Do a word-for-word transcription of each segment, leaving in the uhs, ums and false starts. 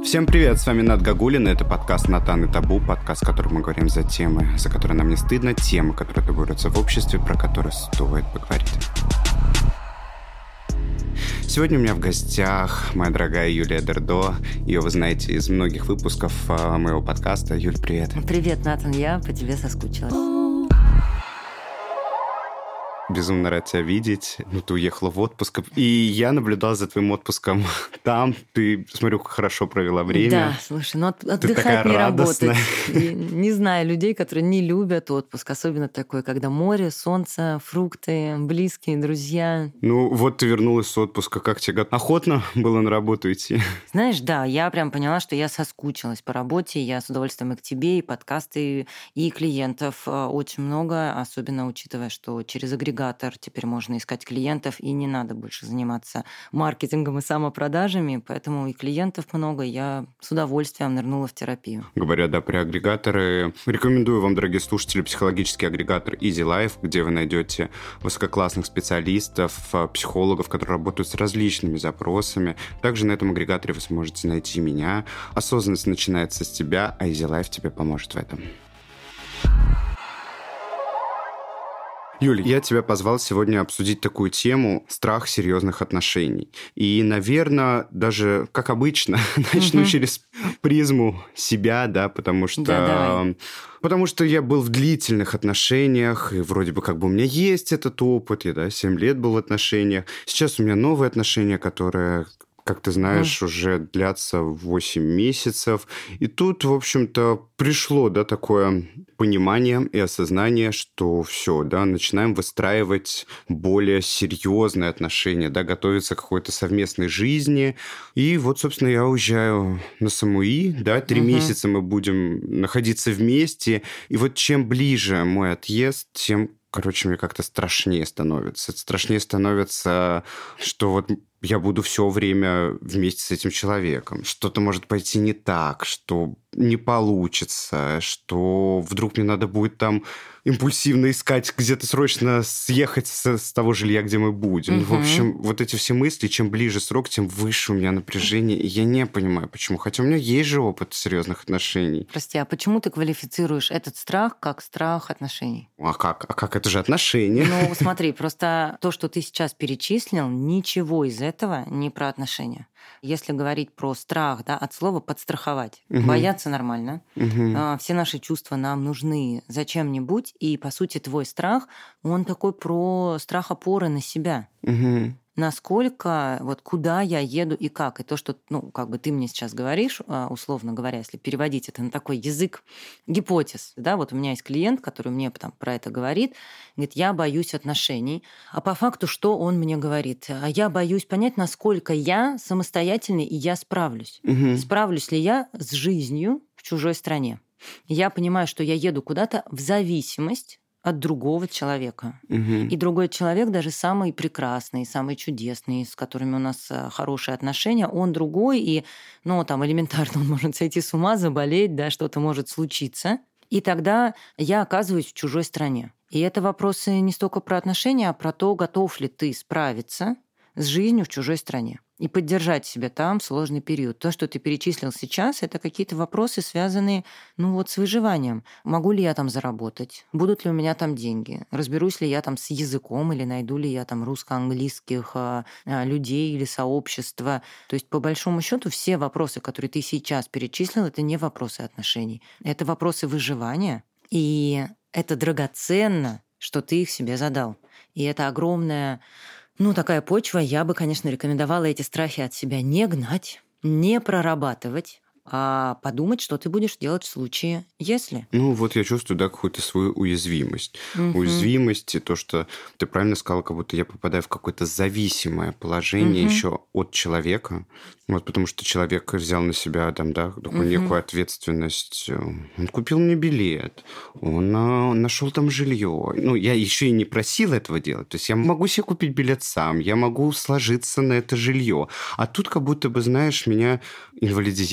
Всем привет, с вами Нат Гагулин, это подкаст «Натан и Табу», подкаст, в котором мы говорим за темы, за которые нам не стыдно, темы, которые табуируются в обществе, про которые стоит поговорить. Сегодня у меня в гостях моя дорогая Юлия Дердо. Ее вы знаете из многих выпусков моего подкаста. Юль, привет. Привет, Натан, я по тебе соскучилась. Безумно рад тебя видеть. Ну, ты уехала в отпуск. И я наблюдал за твоим отпуском там. Ты, смотрю, хорошо провела время. Да, слушай, ну от, отдыхать не радостная. работать. Не знаю людей, которые не любят отпуск. Особенно такой, когда море, солнце, фрукты, близкие, друзья. Ну, вот ты вернулась с отпуска. Как тебе? Охотно было на работу идти? Знаешь, да, я прям поняла, что я соскучилась по работе. Я с удовольствием и к тебе, и подкасты, и клиентов очень много. Особенно учитывая, что через агрегатор теперь можно искать клиентов, и не надо больше заниматься маркетингом и самопродажами, поэтому и клиентов много, я с удовольствием нырнула в терапию. Говоря, да, про агрегаторы, рекомендую вам, дорогие слушатели, психологический агрегатор Easy Life, где вы найдете высококлассных специалистов, психологов, которые работают с различными запросами. Также на этом агрегаторе вы сможете найти меня. Осознанность начинается с тебя, а Easy Life тебе поможет в этом. Юль, я тебя позвал сегодня обсудить такую тему – страх серьезных отношений. И, наверное, даже, как обычно, начну через призму себя, да, потому что... Да, потому что я был в длительных отношениях, и вроде бы как бы у меня есть этот опыт, я, да, семь лет был в отношениях. Сейчас у меня новые отношения, которые... как ты знаешь, mm. уже длятся восемь месяцев. И тут, в общем-то, пришло, да, такое понимание и осознание, что все, да, начинаем выстраивать более серьезные отношения, да, готовиться к какой-то совместной жизни. И вот, собственно, я уезжаю на Самуи, да, три mm-hmm. месяца мы будем находиться вместе. И вот чем ближе мой отъезд, тем, короче, мне как-то страшнее становится. Страшнее становится, что вот я буду все время вместе с этим человеком. Что-то может пойти не так, что не получится, что вдруг мне надо будет там импульсивно искать, где-то срочно съехать с, с того жилья, где мы будем. Uh-huh. В общем, вот эти все мысли, чем ближе срок, тем выше у меня напряжение. И я не понимаю, почему. Хотя у меня есть же опыт серьезных отношений. Прости, а почему ты квалифицируешь этот страх как страх отношений? А как? А как? Это же отношения. Ну, смотри, просто то, что ты сейчас перечислил, ничего из этого не про отношения. Если говорить про страх, да, от слова «подстраховать». Угу. Бояться нормально. Угу. Все наши чувства нам нужны зачем-нибудь. И, по сути, твой страх, он такой про страх опоры на себя. Угу. Насколько, вот куда я еду и как. И то, что, ну, как бы ты мне сейчас говоришь, условно говоря, если переводить это на такой язык гипотез, да, вот у меня есть клиент, который мне там про это говорит, говорит, я боюсь отношений. А по факту что он мне говорит? Я боюсь понять, насколько я самостоятельный и я справлюсь. Угу. Справлюсь ли я с жизнью в чужой стране? Я понимаю, что я еду куда-то в зависимость от другого человека. Угу. И другой человек, даже самый прекрасный, самый чудесный, с которыми у нас хорошие отношения, он другой, и, ну, там, элементарно он может сойти с ума, заболеть, да, что-то может случиться. И тогда я оказываюсь в чужой стране. И это вопросы не столько про отношения, а про то, готов ли ты справиться с жизнью в чужой стране и поддержать себя там в сложный период. То, что ты перечислил сейчас, это какие-то вопросы, связанные, ну вот, с выживанием. Могу ли я там заработать? Будут ли у меня там деньги? Разберусь ли я там с языком? Или найду ли я там русско-английских а, а, людей или сообщества? То есть, по большому счету, все вопросы, которые ты сейчас перечислил, это не вопросы отношений. Это вопросы выживания. И это драгоценно, что ты их себе задал. И это огромная... Ну, такая почва, я бы, конечно, рекомендовала эти страхи от себя не гнать, не прорабатывать, а подумать, что ты будешь делать в случае, если. Ну, вот я чувствую, да, какую-то свою уязвимость. Uh-huh. Уязвимость и то, что ты правильно сказала, как будто я попадаю в какое-то зависимое положение uh-huh. еще от человека. Вот, потому что человек взял на себя там, да, такую uh-huh. некую ответственность. Он купил мне билет, он а, нашел там жилье. Ну, я еще и не просил этого делать. То есть я могу себе купить билет сам, я могу сложиться на это жилье. А тут как будто бы, знаешь, меня инвалидизировали, что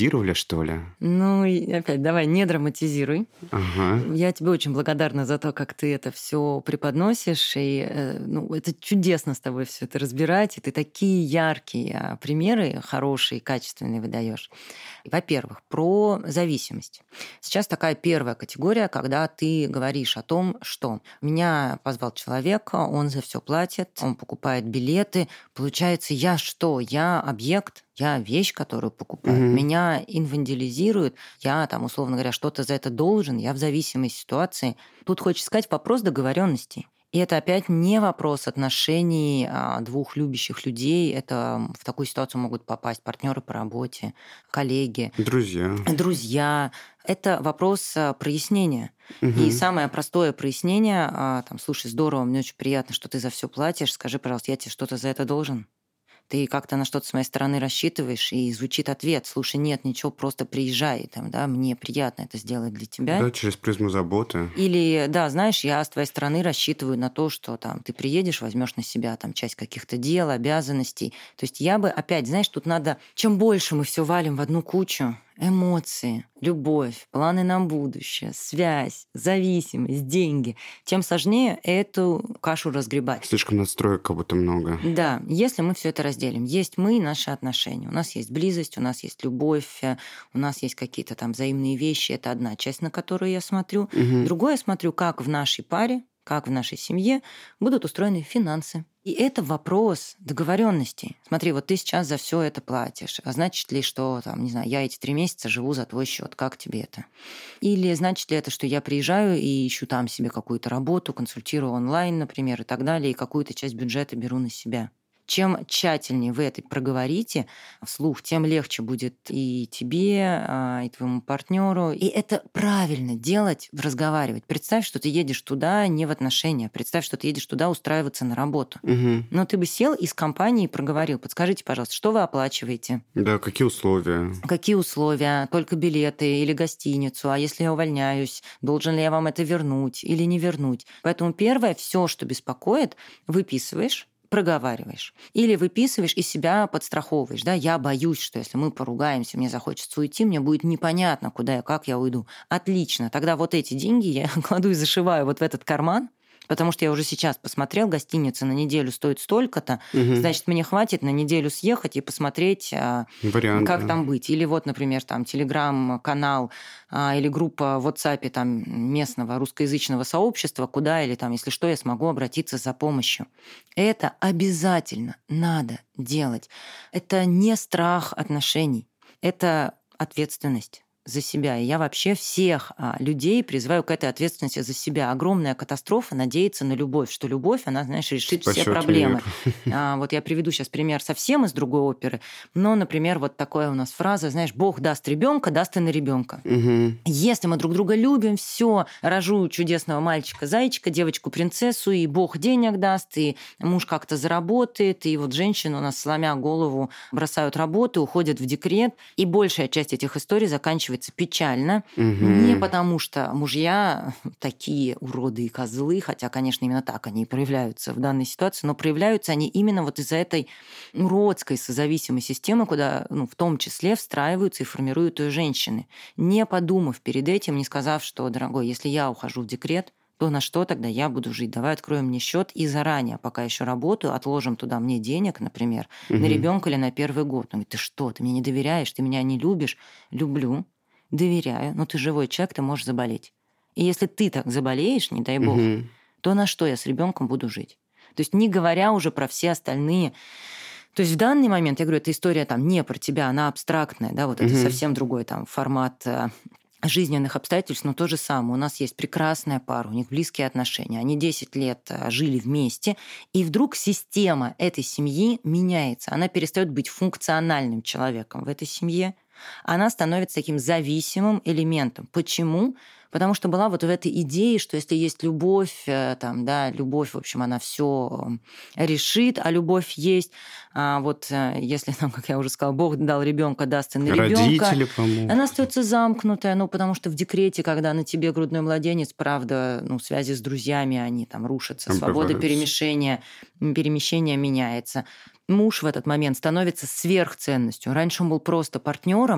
что ли? Ну, и опять, давай, не драматизируй. Ага. Я тебе очень благодарна за то, как ты это все преподносишь. И э, ну, это чудесно с тобой все это разбирать. И ты такие яркие примеры, хорошие, качественные выдаешь. Во-первых, про зависимость. Сейчас такая первая категория, когда ты говоришь о том, что меня позвал человек, он за все платит, он покупает билеты. Получается, я что? Я объект? Я вещь, которую покупаю. Мгм. Меня инвандилизируют. Я там, условно говоря, что-то за это должен. Я в зависимой ситуации. Тут хочется сказать вопрос договоренности. И это опять не вопрос отношений а, двух любящих людей. Это в такую ситуацию могут попасть партнеры по работе, коллеги, Друзья. друзья. Это вопрос а, прояснения. И Мгм. самое простое прояснение, а, там, слушай, здорово, мне очень приятно, что ты за все платишь. Скажи, пожалуйста, я тебе что-то за это должен? Ты как-то на что-то с моей стороны рассчитываешь, и звучит ответ: слушай, нет, ничего, просто приезжай, там, да, мне приятно это сделать для тебя. Да, через призму заботы. Или, да, знаешь, я с твоей стороны рассчитываю на то, что там ты приедешь, возьмешь на себя там часть каких-то дел, обязанностей. То есть я бы опять, знаешь, тут надо, чем больше мы все валим в одну кучу, эмоции, любовь, планы на будущее, связь, зависимость, деньги, тем сложнее эту кашу разгребать. Слишком настроек как будто много. Да, если мы все это разделим. Есть мы и наши отношения. У нас есть близость, у нас есть любовь, э, у нас есть какие-то там взаимные вещи. Это одна часть, на которую я смотрю. Мгм. Другое, я смотрю, как в нашей паре, как в нашей семье будут устроены финансы. И это вопрос договоренности. Смотри, вот ты сейчас за все это платишь. А значит ли, что, там, не знаю, я эти три месяца живу за твой счет? Как тебе это? Или значит ли это, что я приезжаю и ищу там себе какую-то работу, консультирую онлайн, например, и так далее, и какую-то часть бюджета беру на себя? Чем тщательнее вы это проговорите вслух, тем легче будет и тебе, а, и твоему партнеру. И это правильно делать, разговаривать. Представь, что ты едешь туда не в отношения. Представь, что ты едешь туда устраиваться на работу. Мгм. Но ты бы сел из компании и проговорил: подскажите, пожалуйста, что вы оплачиваете? Да, какие условия? Какие условия? Только билеты или гостиницу? А если я увольняюсь, должен ли я вам это вернуть или не вернуть? Поэтому первое, все, что беспокоит, выписываешь, проговариваешь. Или выписываешь и себя подстраховываешь. Да? Я боюсь, что если мы поругаемся, мне захочется уйти, мне будет непонятно, куда я, как я уйду. Отлично. Тогда вот эти деньги я кладу и зашиваю вот в этот карман, потому что я уже сейчас посмотрел, гостиница на неделю стоит столько-то, Мгм. значит, мне хватит на неделю съехать и посмотреть, а, Варианты. как там быть. Или вот, например, там телеграм-канал а, или группа в WhatsApp там, местного русскоязычного сообщества, куда или там, если что, я смогу обратиться за помощью. Это обязательно надо делать. Это не страх отношений, это ответственность за себя. И я вообще всех а, людей призываю к этой ответственности за себя. Огромная катастрофа надеяться на любовь, что любовь, она, знаешь, решит все Спасет проблемы. мир. А, вот я приведу сейчас пример совсем из другой оперы, но, например, вот такая у нас фраза, знаешь, Бог даст ребенка, даст и на ребенка. Мгм. Если мы друг друга любим, все, рожу чудесного мальчика-зайчика, девочку-принцессу, и Бог денег даст, и муж как-то заработает, и вот женщины у нас, сломя голову, бросают работу, уходят в декрет, и большая часть этих историй заканчивается печально, Мгм. не потому что мужья такие уроды и козлы, хотя, конечно, именно так они и проявляются в данной ситуации, но проявляются они именно вот из-за этой уродской созависимой системы, куда, ну, в том числе встраиваются и формируют ее женщины, не подумав перед этим, не сказав, что, дорогой, если я ухожу в декрет, то на что тогда я буду жить? Давай откроем мне счет и заранее, пока еще работаю, отложим туда мне денег, например, на Мгм. ребенка или на первый год. Он говорит: ты что, ты мне не доверяешь, ты меня не любишь? Люблю, доверяю, но ты живой человек, ты можешь заболеть. И если ты так заболеешь, не дай бог, Мгм. то на что я с ребенком буду жить? То есть не говоря уже про все остальные. То есть в данный момент, я говорю, эта история там не про тебя, она абстрактная, да, вот это Мгм. совсем другой там формат э, жизненных обстоятельств, но то же самое. У нас есть прекрасная пара, у них близкие отношения, они десять лет э, жили вместе, и вдруг система этой семьи меняется, она перестает быть функциональным человеком в этой семье, она становится таким зависимым элементом. Почему? Потому что была вот в этой идее, что если есть любовь, э, там, да, любовь, в общем, она все решит, а любовь есть. А вот э, если, там, как я уже сказала, Бог дал ребенка, даст и на ребенка, Родители помогут. она остается замкнутая, ну, потому что в декрете, когда на тебе грудной младенец, правда, ну, связи с друзьями, они там рушатся, свобода Обрываются. перемещения, перемещения меняется. Муж в этот момент становится сверхценностью. Раньше он был просто партнером,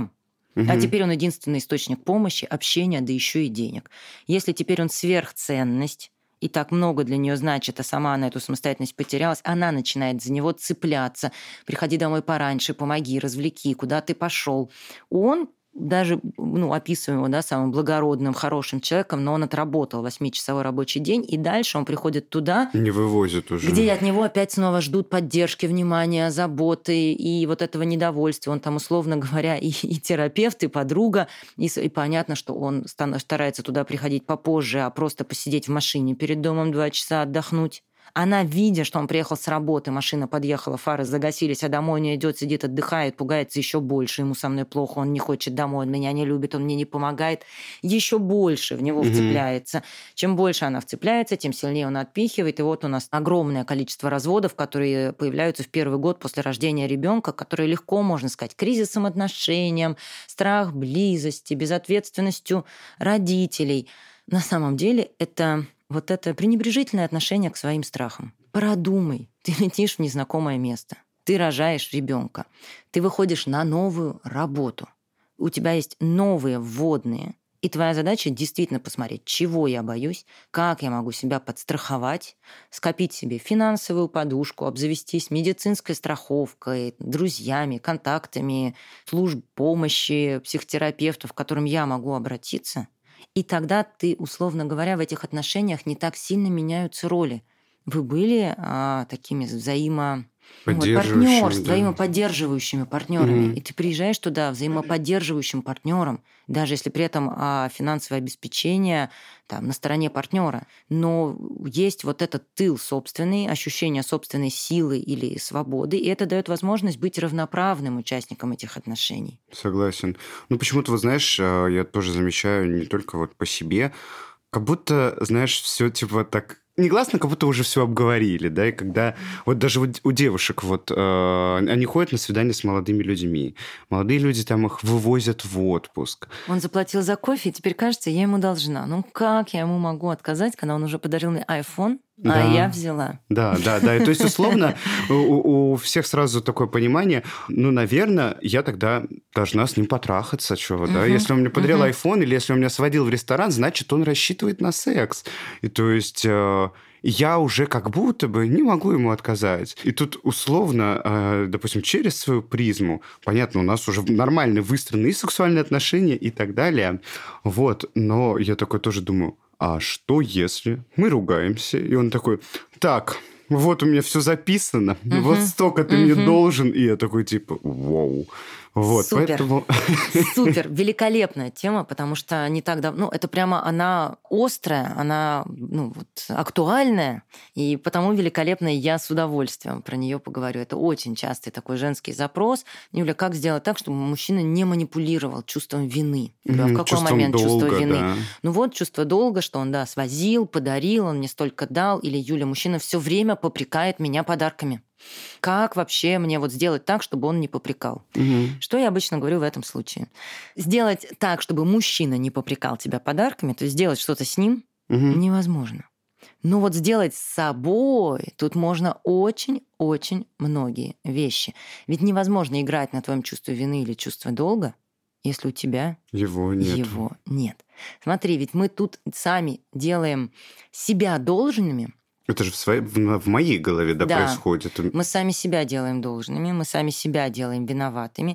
Угу. А теперь он единственный источник помощи, общения, да еще и денег. Если теперь он сверхценность, и так много для нее значит, а сама она эту самостоятельность потерялась, она начинает за него цепляться. Приходи домой пораньше, помоги, развлеки, куда ты пошел. Он даже, ну, описываем его, да, самым благородным, хорошим человеком, но он отработал восьмичасовой рабочий день, и дальше он приходит туда, не вывозит уже, где от него опять снова ждут поддержки, внимания, заботы и вот этого недовольствия. Он там, условно говоря, и, и терапевт, и подруга, и, и понятно, что он старается туда приходить попозже, а просто посидеть в машине перед домом два часа, отдохнуть. Она, видя, что он приехал с работы, машина подъехала, фары загасились, а домой не идет, сидит, отдыхает, пугается еще больше. Ему со мной плохо, он не хочет домой, он меня не любит, он мне не помогает. Еще больше в него mm-hmm. вцепляется. Чем больше она вцепляется, тем сильнее он отпихивает. И вот у нас огромное количество разводов, которые появляются в первый год после рождения ребенка, которые легко, можно сказать, кризисом отношениям, страх близости, безответственностью родителей. На самом деле это... Вот это пренебрежительное отношение к своим страхам. Продумай. Ты летишь в незнакомое место. Ты рожаешь ребенка. Ты выходишь на новую работу. У тебя есть новые вводные. И твоя задача действительно посмотреть, чего я боюсь, как я могу себя подстраховать, скопить себе финансовую подушку, обзавестись медицинской страховкой, друзьями, контактами, служб помощи, психотерапевтов, к которым я могу обратиться. И тогда ты, условно говоря, в этих отношениях не так сильно меняются роли. Вы были а, такими взаимо... Ну, вот, партнер, да. взаимоподдерживающими партнерами. Mm-hmm. И ты приезжаешь туда взаимоподдерживающим партнером, даже если при этом а, финансовое обеспечение там, на стороне партнера. Но есть вот этот тыл собственный, ощущение собственной силы или свободы, и это дает возможность быть равноправным участником этих отношений. Согласен. Ну, почему-то, вот знаешь, я тоже замечаю не только вот по себе, как будто, знаешь, все типа так... Негласно, как будто уже все обговорили, да, и когда вот даже вот у девушек вот э, они ходят на свидания с молодыми людьми, молодые люди там их вывозят в отпуск. Он заплатил за кофе, и теперь кажется, я ему должна. Ну как я ему могу отказать, когда он уже подарил мне айфон, а да. я взяла? Да, да, да. И, то есть, условно, у, у всех сразу такое понимание, ну, наверное, я тогда должна с ним потрахаться, чего, да. Uh-huh. Если он мне подарил uh-huh. айфон, или если он меня сводил в ресторан, значит, он рассчитывает на секс. И то есть... Э, я уже как будто бы не могу ему отказать. И тут условно, э, допустим, через свою призму, понятно, у нас уже нормально выстроены и сексуальные отношения и так далее. Вот, но я такой тоже думаю, а что если мы ругаемся? И он такой, так, вот у меня все записано, uh-huh. вот столько ты uh-huh. мне должен. И я такой типа, вау. Вот, Супер. Поэтому... Супер, великолепная тема, потому что не так давно... Ну, это прямо она острая, она ну, вот, актуальная, и потому великолепная я с удовольствием про нее поговорю. Это очень частый такой женский запрос. Юля, как сделать так, чтобы мужчина не манипулировал чувством вины? Mm-hmm, а в какой чувством момент долга, чувство вины? Да. Ну вот, чувство долга, что он, да, свозил, подарил, он мне столько дал, или Юля, мужчина все время попрекает меня подарками. Как вообще мне вот сделать так, чтобы он не попрекал? Угу. Что я обычно говорю в этом случае? Сделать так, чтобы мужчина не попрекал тебя подарками, то есть сделать что-то с ним угу. невозможно. Но вот сделать с собой тут можно очень-очень многие вещи. Ведь невозможно играть на твоем чувстве вины или чувстве долга, если у тебя его нет. Его нет. Смотри, ведь мы тут сами делаем себя должными. Это же в, своей, в, в моей голове да, да, происходит. Мы сами себя делаем должными, мы сами себя делаем виноватыми.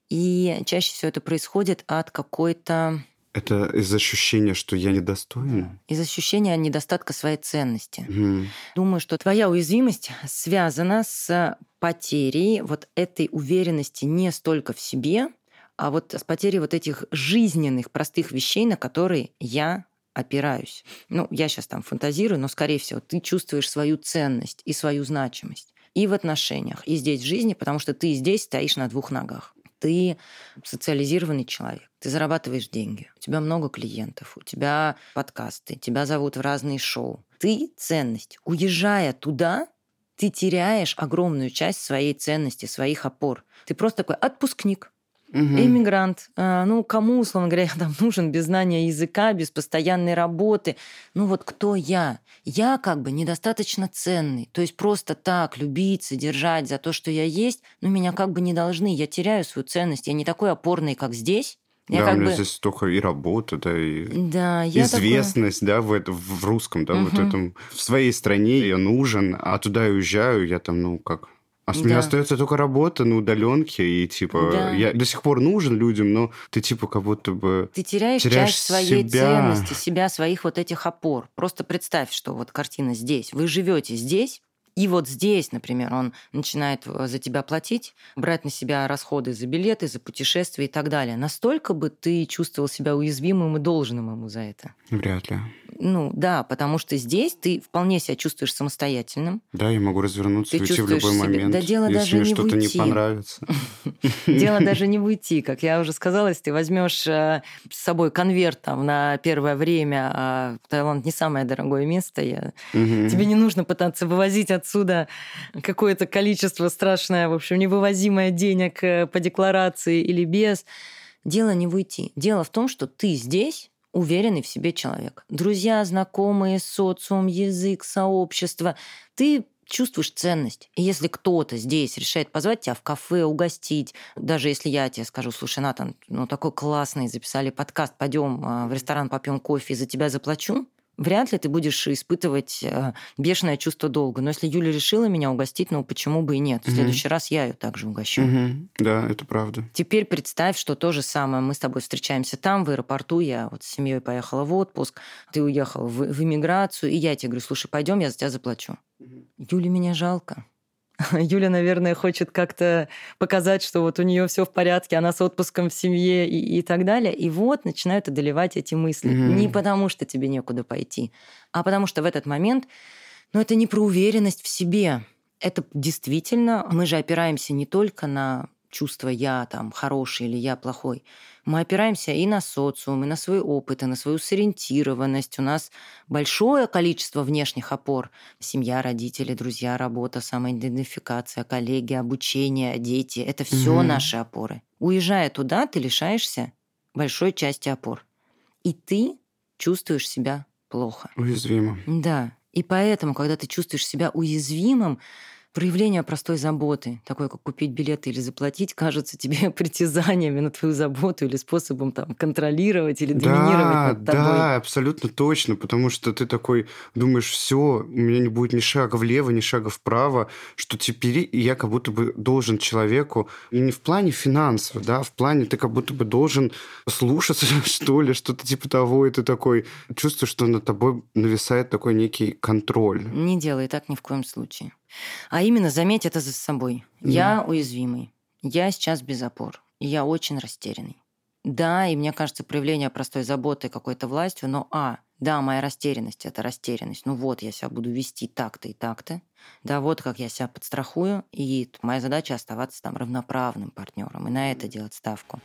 И чаще всего это происходит от какой-то... Это из ощущения, что я недостоин? Из ощущения недостатка своей ценности. Угу. Думаю, что твоя уязвимость связана с потерей вот этой уверенности не столько в себе, а вот с потерей вот этих жизненных простых вещей, на которые я опираюсь. Ну, я сейчас там фантазирую, но, скорее всего, ты чувствуешь свою ценность и свою значимость и в отношениях, и здесь в жизни, потому что ты здесь стоишь на двух ногах. Ты социализированный человек, ты зарабатываешь деньги, у тебя много клиентов, у тебя подкасты, тебя зовут в разные шоу. Ты ценность. Уезжая туда, ты теряешь огромную часть своей ценности, своих опор. Ты просто такой отпускник. угу. эмигрант. Ну, кому, условно говоря, там нужен без знания языка, без постоянной работы? Ну вот кто я? Я как бы недостаточно ценный. То есть просто так любить, содержать за то, что я есть, ну, меня как бы не должны. Я теряю свою ценность. Я не такой опорный, как здесь. Я да, у меня бы... здесь только и работа, да, и да, я известность, такой... да, в, это, в русском, да, угу. вот этом. В своей стране я нужен, а туда я уезжаю, я там, ну, как... А да. У меня остается только работа на удаленке, и типа да. я до сих пор нужен людям, но ты типа как будто бы ты теряешь, теряешь часть своей себя. ценности, себя, своих вот этих опор. Просто представь, что вот картина здесь. Вы живете здесь. И вот здесь, например, он начинает за тебя платить, брать на себя расходы за билеты, за путешествия и так далее. Настолько бы ты чувствовал себя уязвимым и должным ему за это? Вряд ли. Ну, да, потому что здесь ты вполне себя чувствуешь самостоятельным. Да, я могу развернуться и уйти в любой себя... момент, да, дело если даже мне не что-то уйти. не понравится. Дело даже не в уйти. Как я уже сказала, если ты возьмешь с собой конверт там, на первое время, а Таиланд не самое дорогое место, я... тебе не нужно пытаться вывозить отсюда какое-то количество страшное, в общем, невывозимое денег по декларации или без. Дело не в уйти. Дело в том, что ты здесь уверенный в себе человек. Друзья, знакомые, социум, язык, сообщество. Ты чувствуешь ценность. И если кто-то здесь решает позвать тебя в кафе, угостить, даже если я тебе скажу, слушай, Натан, ну такой классный, записали подкаст, пойдем в ресторан, попьем кофе, и за тебя заплачу, вряд ли ты будешь испытывать бешеное чувство долга. Но если Юля решила меня угостить, ну почему бы и нет? В следующий mm-hmm. раз я ее также угощу. Mm-hmm. Да, это правда. Теперь представь, что то же самое. Мы с тобой встречаемся там, в аэропорту. Я вот с семьей поехала в отпуск, ты уехал в, в эмиграцию, и я тебе говорю, слушай, пойдем, я за тебя заплачу. Mm-hmm. Юле меня жалко. Юля, наверное, хочет как-то показать, что вот у нее все в порядке, она с отпуском в семье и, и так далее. И вот начинают одолевать эти мысли. Mm-hmm. Не потому, что тебе некуда пойти, а потому что в этот момент, ну, это не про уверенность в себе. Это действительно, мы же опираемся не только на чувство «я там хороший» или «я плохой». Мы опираемся и на социум, и на свой опыт, и на свою сориентированность. У нас большое количество внешних опор. Семья, родители, друзья, работа, самоидентификация, коллеги, обучение, дети. Это все угу. наши опоры. Уезжая туда, ты лишаешься большой части опор. И ты чувствуешь себя плохо. Уязвимо. Да. И поэтому, когда ты чувствуешь себя уязвимым, проявление простой заботы, такое как купить билеты или заплатить, кажется тебе притязаниями на твою заботу или способом там, контролировать или доминировать да, над тобой. Да, абсолютно точно, потому что ты такой думаешь, все, у меня не будет ни шага влево, ни шага вправо, что теперь я как будто бы должен человеку, и не в плане финансов, да, в плане ты как будто бы должен слушаться, что ли, что-то типа того, и ты такой чувствуешь, что над тобой нависает такой некий контроль. Не делай так ни в коем случае. А именно, заметь это за собой. Да. Я уязвимый. Я сейчас без опор. И я очень растерянный. Да, и мне кажется, проявление простой заботы какой-то властью, но а, да, моя растерянность – это растерянность. Ну вот, я себя буду вести так-то и так-то. Да, вот как я себя подстрахую. И моя задача – оставаться там равноправным партнером и на это делать ставку.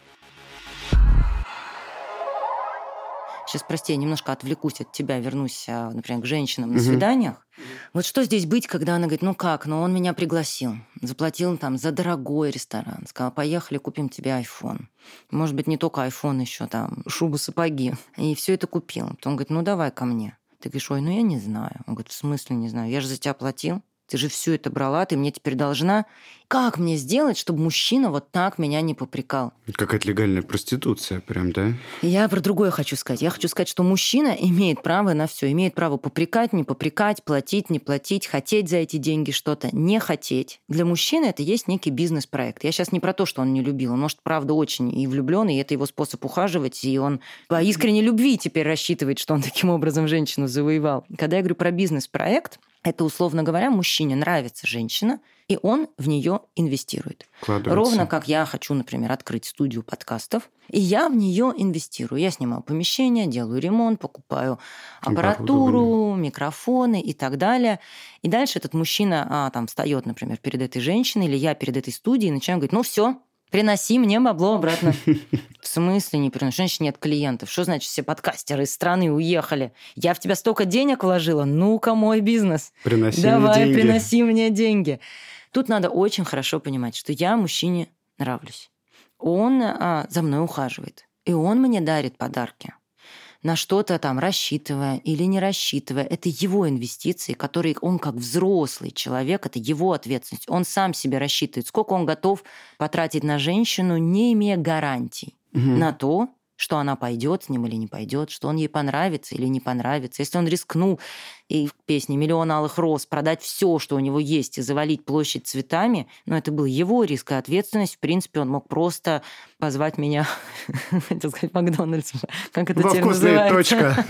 Сейчас, прости, я немножко отвлекусь от тебя, вернусь, например, к женщинам на свиданиях. Mm-hmm. Вот что здесь быть, когда она говорит, ну как, ну он меня пригласил, заплатил там за дорогой ресторан, сказал, поехали, купим тебе айфон. Может быть, не только айфон, еще там шубу, сапоги. И все это купил. Потом он говорит, ну давай ко мне. Ты говоришь, ой, ну я не знаю. Он говорит, в смысле не знаю? Я же за тебя платил. Ты же все это брала, ты мне теперь должна. Как мне сделать, чтобы мужчина вот так меня не попрекал? Какая-то легальная проституция прям, да? Я про другое хочу сказать. Я хочу сказать, что мужчина имеет право на все. Имеет право попрекать, не попрекать, платить, не платить, хотеть за эти деньги что-то, не хотеть. Для мужчины это есть некий бизнес-проект. Я сейчас не про то, что он не любил. Он, может, правда, очень и влюблен, и это его способ ухаживать, и он по искренней любви теперь рассчитывает, что он таким образом женщину завоевал. Когда я говорю про бизнес-проект, это, условно говоря, мужчине нравится женщина, и он в нее инвестирует. Ровно как я хочу, например, открыть студию подкастов, и я в нее инвестирую. Я снимаю помещение, делаю ремонт, покупаю аппаратуру, микрофоны и так далее. И дальше этот мужчина а, там встает, например, перед этой женщиной, или я перед этой студией, и начинаю говорить, ну все, приноси мне бабло обратно. В смысле не приношу? Значит, нет клиентов. Что значит, все подкастеры из страны уехали? Я в тебя столько денег вложила. Ну-ка, мой бизнес. Приноси Давай, мне деньги. приноси мне деньги. Тут надо очень хорошо понимать, что я мужчине нравлюсь. Он а, за мной ухаживает. И он мне дарит подарки. На что-то там рассчитывая или не рассчитывая. Это его инвестиции, которые он как взрослый человек, это его ответственность. Он сам себе рассчитывает, сколько он готов потратить на женщину, не имея гарантий угу. на то, что она пойдет с ним или не пойдет, что он ей понравится или не понравится. Если он рискнул и в песне «Миллион алых роз» продать все, что у него есть, и завалить площадь цветами, ну, это был его риск и ответственность. В принципе, он мог просто позвать меня, хотел сказать, Макдональдс, как это теперь называется.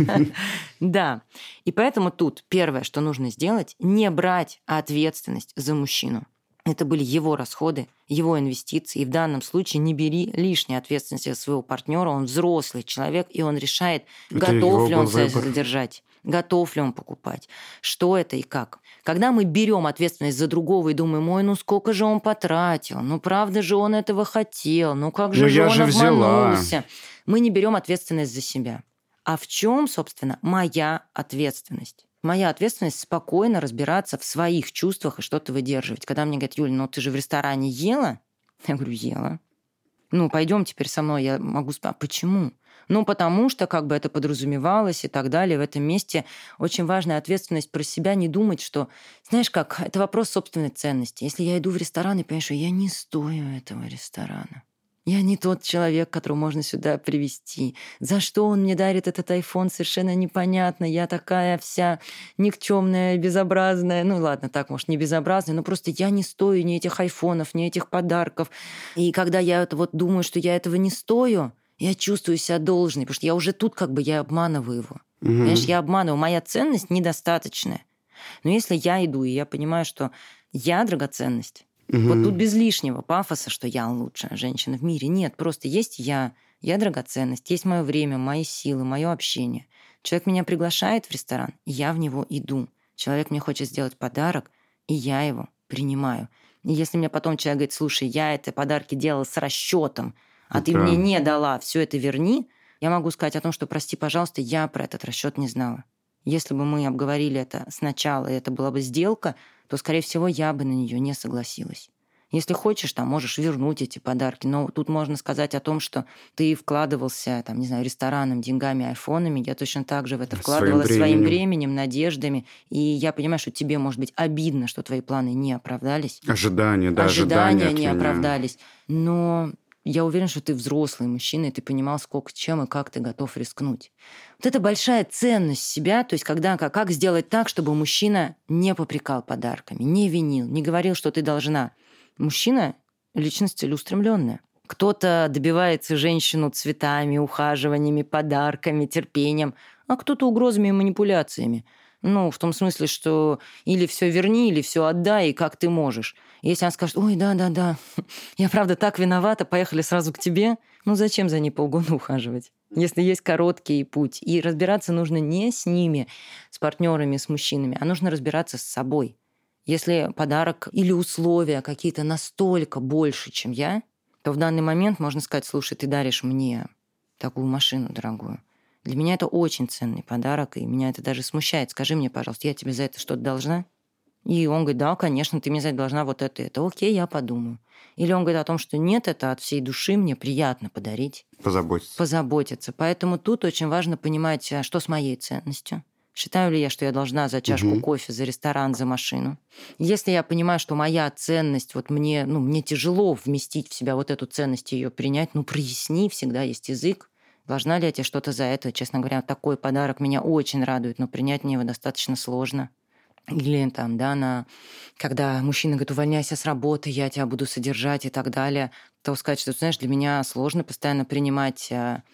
Да. И поэтому тут первое, что нужно сделать, не брать ответственность за мужчину. Это были его расходы, его инвестиции. И в данном случае не бери лишней ответственности за своего партнера. Он взрослый человек, и он решает, это готов ли он себя задержать, готов ли он покупать, что это и как. Когда мы берем ответственность за другого и думаем, ой, ну сколько же он потратил, ну правда же он этого хотел, ну как же, ну, же он же обманулся. Взяла. Мы не берем ответственность за себя. А в чем, собственно, моя ответственность? Моя ответственность спокойно разбираться в своих чувствах и что-то выдерживать. Когда мне говорят, Юль, ну ты же в ресторане ела? Я говорю, ела. Ну, пойдем теперь со мной, я могу спать. Почему? Ну, потому что как бы это подразумевалось и так далее. В этом месте очень важная ответственность про себя, не думать, что, знаешь как, это вопрос собственной ценности. Если я иду в ресторан и понимаю, что я не стою этого ресторана, я не тот человек, которого можно сюда привести. За что он мне дарит этот айфон, совершенно непонятно. Я такая вся никчемная, безобразная. Ну ладно, так, может, не безобразная, но просто я не стою ни этих айфонов, ни этих подарков. И когда я это вот думаю, что я этого не стою, я чувствую себя должной, потому что я уже тут как бы я обманываю его. Угу. Понимаешь, я обманываю. Моя ценность недостаточная. Но если я иду, и я понимаю, что я драгоценность, угу. вот тут без лишнего пафоса, что я лучшая женщина в мире. Нет, просто есть я, я драгоценность, есть мое время, мои силы, мое общение. Человек меня приглашает в ресторан, и я в него иду. Человек мне хочет сделать подарок, и я его принимаю. И если мне потом человек говорит, слушай, я эти подарки делала с расчетом, а это... ты мне не дала, все это верни, я могу сказать о том, что, прости, пожалуйста, я про этот расчет не знала. Если бы мы обговорили это сначала, и это была бы сделка, то, скорее всего, я бы на нее не согласилась. Если хочешь, там, можешь вернуть эти подарки. Но тут можно сказать о том, что ты вкладывался, там, не знаю, рестораном, деньгами, айфонами. Я точно так же в это вкладывалась своим временем, своим временем надеждами. И я понимаю, что тебе, может быть, обидно, что твои планы не оправдались. Ожидания, да, ожидания. Ожидания не оправдались. Но я уверена, что ты взрослый мужчина, и ты понимал, сколько, чем и как ты готов рискнуть. Вот это большая ценность себя, то есть когда, как, как сделать так, чтобы мужчина не попрекал подарками, не винил, не говорил, что ты должна. Мужчина – личность целеустремленная. Кто-то добивается женщину цветами, ухаживаниями, подарками, терпением, а кто-то угрозами и манипуляциями. Ну, в том смысле, что или все верни, или все отдай, и как ты можешь. Если она скажет, ой, да-да-да, я правда так виновата, поехали сразу к тебе, ну зачем за ней полгода ухаживать? Если есть короткий путь. И разбираться нужно не с ними, с партнерами, с мужчинами, а нужно разбираться с собой. Если подарок или условия какие-то настолько больше, чем я, то в данный момент можно сказать, слушай, ты даришь мне такую машину дорогую. Для меня это очень ценный подарок, и меня это даже смущает. Скажи мне, пожалуйста, я тебе за это что-то должна? И он говорит, да, конечно, ты мне за это должна вот это и это. Окей, я подумаю. Или он говорит о том, что нет, это от всей души мне приятно подарить. Позаботиться. Позаботиться. Поэтому тут очень важно понимать, что с моей ценностью. Считаю ли я, что я должна за чашку угу. кофе, за ресторан, за машину? Если я понимаю, что моя ценность, вот мне, ну, мне тяжело вместить в себя вот эту ценность и ее принять, ну, проясни, всегда есть язык. Должна ли я тебе что-то за это? Честно говоря, такой подарок меня очень радует, но принять мне его достаточно сложно. Или там, да, на... когда мужчина говорит, увольняйся с работы, я тебя буду содержать и так далее, то сказать, что, знаешь, для меня сложно постоянно принимать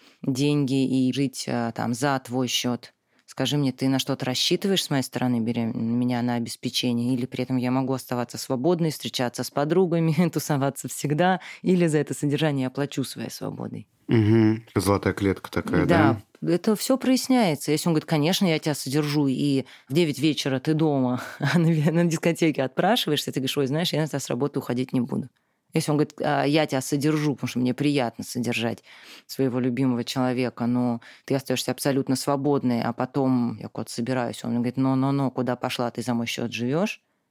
деньги и жить там за твой счет. Скажи мне, ты на что-то рассчитываешь с моей стороны, бери меня на обеспечение, или при этом я могу оставаться свободной, встречаться с подругами, тусоваться всегда, или за это содержание я плачу своей свободой? Угу. Золотая клетка такая, да? Да, это все проясняется. Если он говорит, конечно, я тебя содержу, и в девять вечера ты дома, а на, на дискотеке отпрашиваешься, ты говоришь, ой, знаешь, я на тебя с работы уходить не буду. Если он говорит, я тебя содержу, потому что мне приятно содержать своего любимого человека, но ты остаешься абсолютно свободной, а потом я куда-то собираюсь, он говорит, ну-ну-ну, куда пошла, ты за мой счет живешь,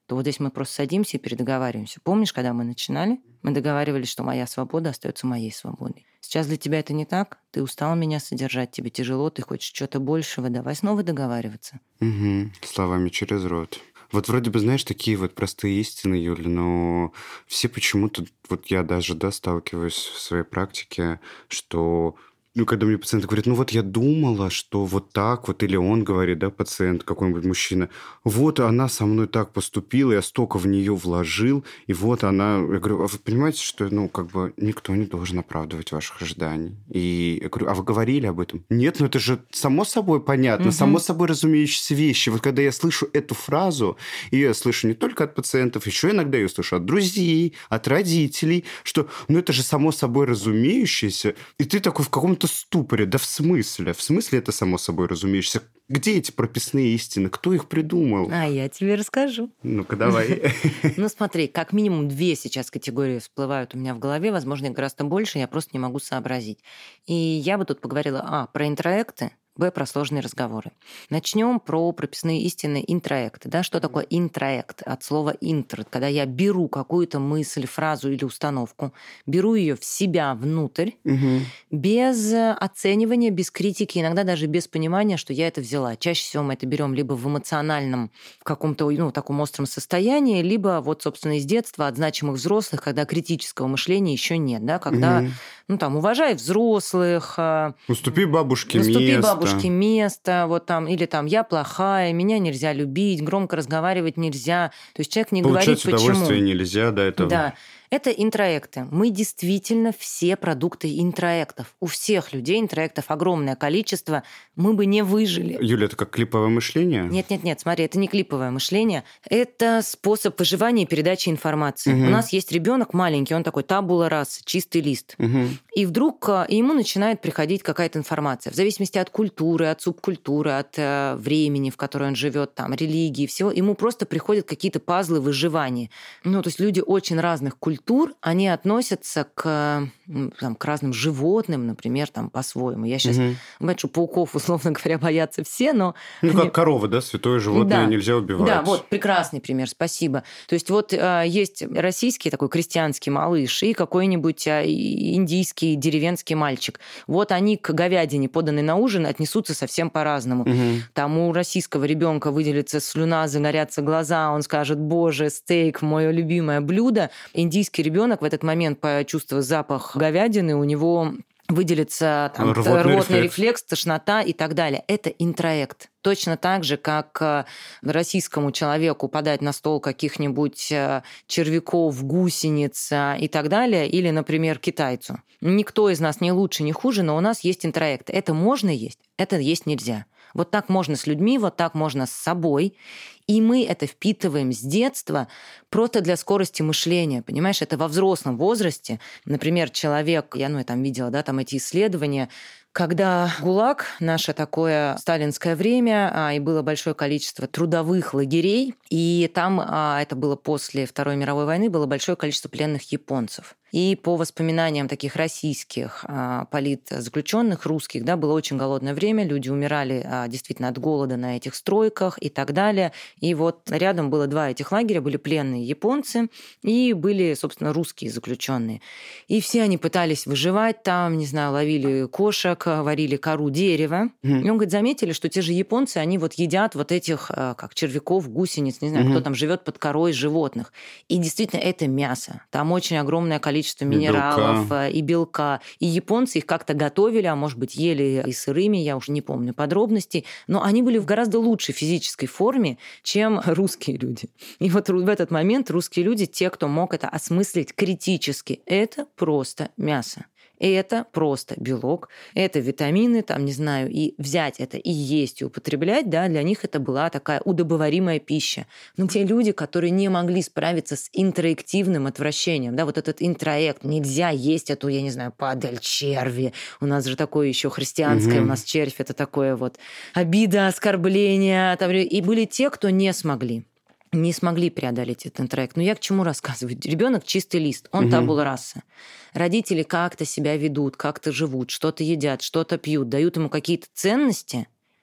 то вот здесь мы просто садимся и передоговариваемся. Помнишь, когда мы начинали, мы договаривались, что моя свобода остается моей свободой. Сейчас для тебя это не так. Ты устал меня содержать, тебе тяжело, ты хочешь чего-то большего. Давай снова договариваться. Угу. Словами через рот. Вот вроде бы, знаешь, такие вот простые истины, Юля, но все почему-то, вот я даже, да, сталкиваюсь в своей практике, что... Ну, когда мне пациент говорит, ну вот я думала, что вот так вот, или он говорит, да, пациент, какой-нибудь мужчина, вот она со мной так поступила, я столько в нее вложил, и вот она... Я говорю, а вы понимаете, что, ну, как бы никто не должен оправдывать ваших ожиданий? И я говорю, а вы говорили об этом? Нет, ну это же само собой понятно, угу. само собой разумеющиеся вещи. Вот когда я слышу эту фразу, ее я слышу не только от пациентов, еще иногда ее слышу от друзей, от родителей, что, ну это же само собой разумеющееся, и ты такой в каком-то ступоре. Да в смысле? В смысле это само собой разумеешься? Где эти прописные истины? Кто их придумал? А я тебе расскажу. Ну-ка, давай. Ну смотри, как минимум две сейчас категории всплывают у меня в голове, возможно, их гораздо больше, я просто не могу сообразить. И я бы тут поговорила, а, про интроекты, б, про сложные разговоры. Начнем про прописные истины интроекты. Да? Что такое интроект? От слова интро. Когда я беру какую-то мысль, фразу или установку, беру ее в себя внутрь, угу. без оценивания, без критики, иногда даже без понимания, что я это взяла. Чаще всего мы это берем либо в эмоциональном, в каком-то, ну, таком остром состоянии, либо вот, собственно, из детства от значимых взрослых, когда критического мышления еще нет. Да? Когда, угу. ну, там, уважай взрослых. Уступи бабушке уступи место. Бабушке место, вот там, или там я плохая, меня нельзя любить, громко разговаривать нельзя. То есть человек не Получать говорит, почему. Получать удовольствие нельзя, да, это... Да. Это интроекты. Мы действительно все продукты интроектов. У всех людей интроектов огромное количество. Мы бы не выжили. Юля, это как клиповое мышление? Нет-нет-нет, смотри, это не клиповое мышление. Это способ выживания и передачи информации. Угу. У нас есть ребенок маленький, он такой табула раса, чистый лист. Угу. И вдруг ему начинает приходить какая-то информация. В зависимости от культуры, от субкультуры, от э, времени, в которое он живет, там, религии, всего. Ему просто приходят какие-то пазлы выживания. Ну, то есть люди очень разных культур, они относятся к, там, к разным животным, например, там, по-своему. Я сейчас, угу. понимаю, что пауков, условно говоря, боятся все, но... Ну, как корова, да, святое животное, да. нельзя убивать. Да, вот, прекрасный пример, спасибо. То есть вот есть российский такой крестьянский малыш и какой-нибудь индийский деревенский мальчик. Вот они к говядине, поданной на ужин, отнесутся совсем по-разному. Угу. Там у российского ребенка выделится слюна, загорятся глаза, он скажет, боже, стейк, мое любимое блюдо. Индийский ребенок в этот момент, почувствуя запах говядины, у него выделится там, рвотный, рвотный рефлекс. рефлекс, тошнота и так далее. Это интроект. Точно так же, как российскому человеку подать на стол каких-нибудь червяков, гусениц и так далее, или, например, китайцу. Никто из нас не лучше, не хуже, но у нас есть интроекты. Это можно есть, это есть нельзя. Вот так можно с людьми, вот так можно с собой. И мы это впитываем с детства просто для скорости мышления. Понимаешь, это во взрослом возрасте. Например, человек, я, ну, я там видела, да, там эти исследования, когда ГУЛАГ, наше такое сталинское время, и было большое количество трудовых лагерей, и там, это было после Второй мировой войны, было большое количество пленных японцев. И по воспоминаниям таких российских политзаключенных, русских, да, было очень голодное время, люди умирали действительно от голода на этих стройках и так далее. И вот рядом было два этих лагеря, были пленные японцы и были, собственно, русские заключенные. И все они пытались выживать там, не знаю, ловили кошек, варили кору дерева. Mm-hmm. И он говорит, заметили, что те же японцы, они вот едят вот этих, как червяков, гусениц, не знаю, mm-hmm. кто там живет под корой животных. И действительно, это мясо. Там очень огромное количество минералов и белка. и белка. И японцы их как-то готовили, а может быть, ели и сырыми, я уже не помню подробностей, но они были в гораздо лучшей физической форме, чем русские люди. И вот в этот момент русские люди, те, кто мог это осмыслить критически, это просто мясо. Это просто белок, это витамины, там, не знаю, и взять это и есть, и употреблять, да, для них это была такая удобоваримая пища. Но те люди, которые не могли справиться с интроективным отвращением, да, вот этот интроект, нельзя есть эту, я не знаю, падаль, черви, у нас же такое еще христианское, угу. у нас червь, это такое вот обида, оскорбление, там, и были те, кто не смогли. не смогли преодолеть этот интроект. Но я к чему рассказываю? Ребенок чистый лист, он угу. табула раса. Родители как-то себя ведут, как-то живут, что-то едят, что-то пьют, дают ему какие-то ценности,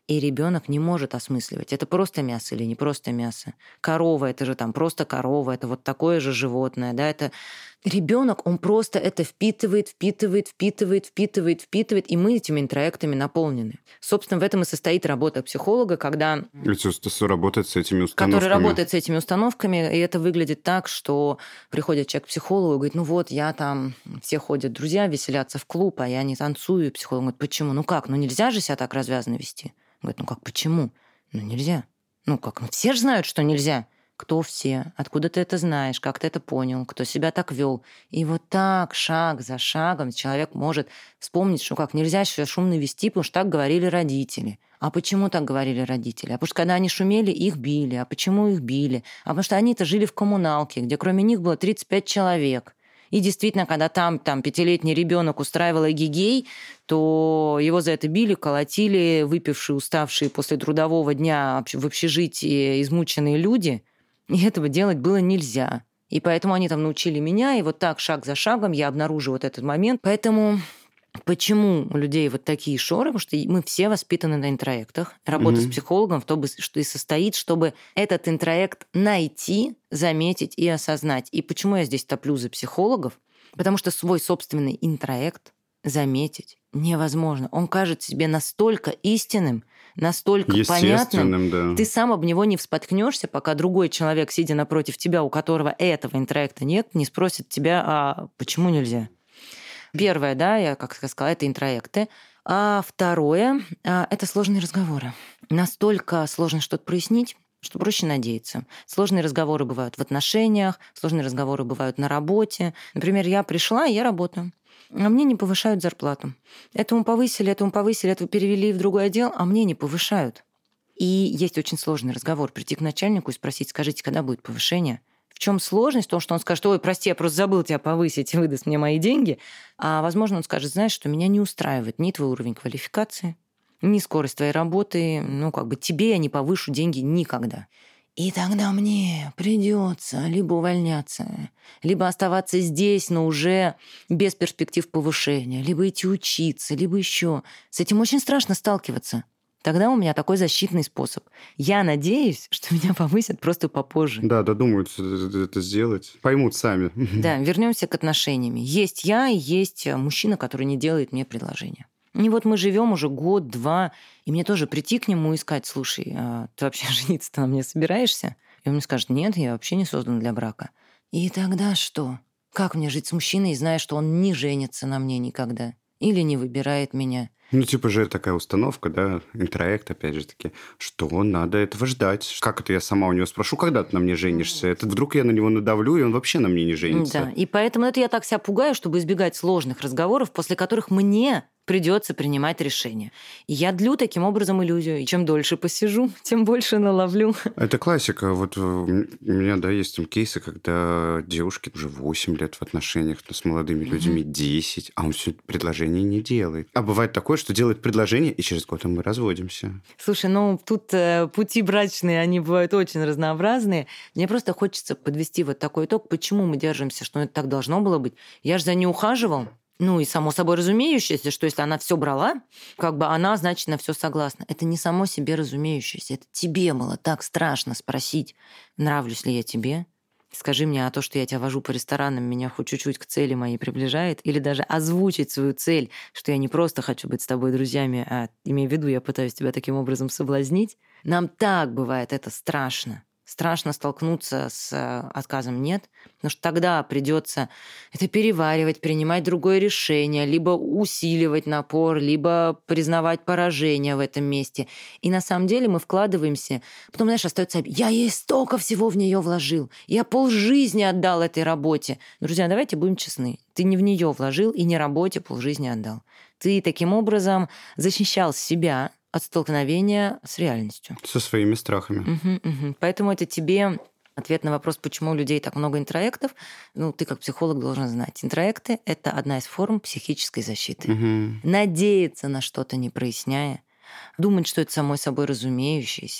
И ребенок не может осмысливать, это просто мясо или не просто мясо. Корова, это же там просто корова, это вот такое же животное, да, это ребенок, он просто это впитывает, впитывает, впитывает, впитывает, впитывает, и мы этими интроектами наполнены. Собственно, в этом и состоит работа психолога, когда... Работает с этими установками. Который работает с этими установками, и это выглядит так, что приходит человек к психологу и говорит, ну вот, я там, все ходят, друзья веселятся в клуб, а я не танцую. И психолог говорит, почему? Ну как, ну нельзя же себя так развязно вести. Говорит, ну как, почему? Ну нельзя. Ну как, ну все же знают, что нельзя. Кто все? Откуда ты это знаешь? Как ты это понял? Кто себя так вел? И вот так, шаг за шагом, человек может вспомнить, что как нельзя себя шумно вести, потому что так говорили родители. А почему так говорили родители? А потому что когда они шумели, их били. А почему их били? А потому что они-то жили в коммуналке, где кроме них было тридцать пять человек. И действительно, когда там, там пятилетний ребенок устраивал эгегей, то его за это били, колотили, выпившие, уставшие после трудового дня в общежитии измученные люди. И этого делать было нельзя. И поэтому они там научили меня, и вот так, шаг за шагом, я обнаружу вот этот момент. Поэтому почему у людей вот такие шоры? Потому что мы все воспитаны на интроектах. Работа mm-hmm. с психологом в том, что и состоит, чтобы этот интроект найти, заметить и осознать. И почему я здесь топлю за психологов? Потому что свой собственный интроект заметить невозможно. Он кажется себе настолько истинным, настолько понятным, да. Ты сам об него не вспоткнешься, пока другой человек, сидя напротив тебя, у которого этого интроекта нет, не спросит тебя, а почему нельзя? Первое, да, я как сказала, это интроекты. А второе, это сложные разговоры. Настолько сложно что-то прояснить, что проще надеяться. Сложные разговоры бывают в отношениях, сложные разговоры бывают на работе. Например, я пришла, и я работаю. А мне не повышают зарплату. Этому повысили, этому повысили, этого перевели в другой отдел, а мне не повышают. И есть очень сложный разговор. Прийти к начальнику и спросить, скажите, когда будет повышение? В чем сложность? В том, что он скажет, ой, прости, я просто забыл тебя повысить и выдаст мне мои деньги. А, возможно, он скажет, знаешь, что меня не устраивает ни твой уровень квалификации, ни скорость твоей работы. Ну, как бы тебе я не повышу деньги никогда. И тогда мне придется либо увольняться, либо оставаться здесь, но уже без перспектив повышения, либо идти учиться, либо еще. С этим очень страшно сталкиваться. Тогда у меня такой защитный способ. Я надеюсь, что меня повысят просто попозже. Да, додумаются это сделать. Поймут сами. Да, вернемся к отношениям. Есть я и есть мужчина, который не делает мне предложение. И вот мы живем уже год-два, и мне тоже прийти к нему и сказать, слушай, а ты вообще жениться-то на мне собираешься? И он мне скажет, нет, я вообще не создан для брака. И тогда что? Как мне жить с мужчиной, зная, что он не женится на мне никогда? Или не выбирает меня? Ну, типа же такая установка, да, интроект, опять же таки, что надо этого ждать. Как это я сама у него спрошу, когда ты на мне женишься? Это вдруг я на него надавлю, и он вообще на мне не женится. Да, и поэтому это я так себя пугаю, чтобы избегать сложных разговоров, после которых мне придется принимать решение. И я длю таким образом иллюзию. И чем дольше посижу, тем больше наловлю. Это классика. Вот у меня, да, есть там кейсы, когда девушки уже восемь лет в отношениях, но с молодыми mm-hmm. людьми десять, а он все предложение не делает. А бывает такое, что делает предложение, и через год мы разводимся. Слушай, ну тут э, пути брачные, они бывают очень разнообразные. Мне просто хочется подвести вот такой итог, почему мы держимся, что это так должно было быть. Я же за ней ухаживал. Ну и само собой разумеющееся, что если она все брала, как бы она, значит, на все согласна. Это не само себе разумеющееся. Это тебе было так страшно спросить, нравлюсь ли я тебе. Скажи мне, а то, что я тебя вожу по ресторанам, меня хоть чуть-чуть к цели моей приближает? Или даже озвучить свою цель, что я не просто хочу быть с тобой друзьями, а, имея в виду, я пытаюсь тебя таким образом соблазнить. Нам так бывает это страшно. Страшно столкнуться с отказом «нет», потому что тогда придется это переваривать, принимать другое решение, либо усиливать напор, либо признавать поражение в этом месте. И на самом деле мы вкладываемся, потом, знаешь, остается «я ей столько всего в нее вложил, я полжизни отдал этой работе». Друзья, давайте будем честны. Ты не в нее вложил и не работе полжизни отдал. Ты таким образом защищал себя от столкновения с реальностью. Со своими страхами. Угу, угу. Поэтому это тебе ответ на вопрос, почему у людей так много интроектов. Ну, ты как психолог должен знать. Интроекты – это одна из форм психической защиты. Угу. Надеяться на что-то, не проясняя, думать, что это само собой разумеющееся,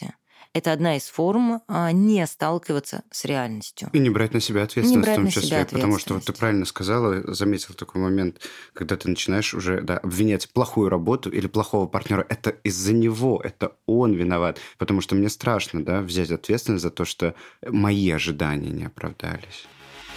Это одна из форм а, не сталкиваться с реальностью. И не брать на себя ответственность брать в том на числе. себя Потому что вот ты правильно сказала, заметил такой момент, когда ты начинаешь уже да, обвинять плохую работу или плохого партнера. Это из-за него, это он виноват. Потому что мне страшно да, взять ответственность за то, что мои ожидания не оправдались.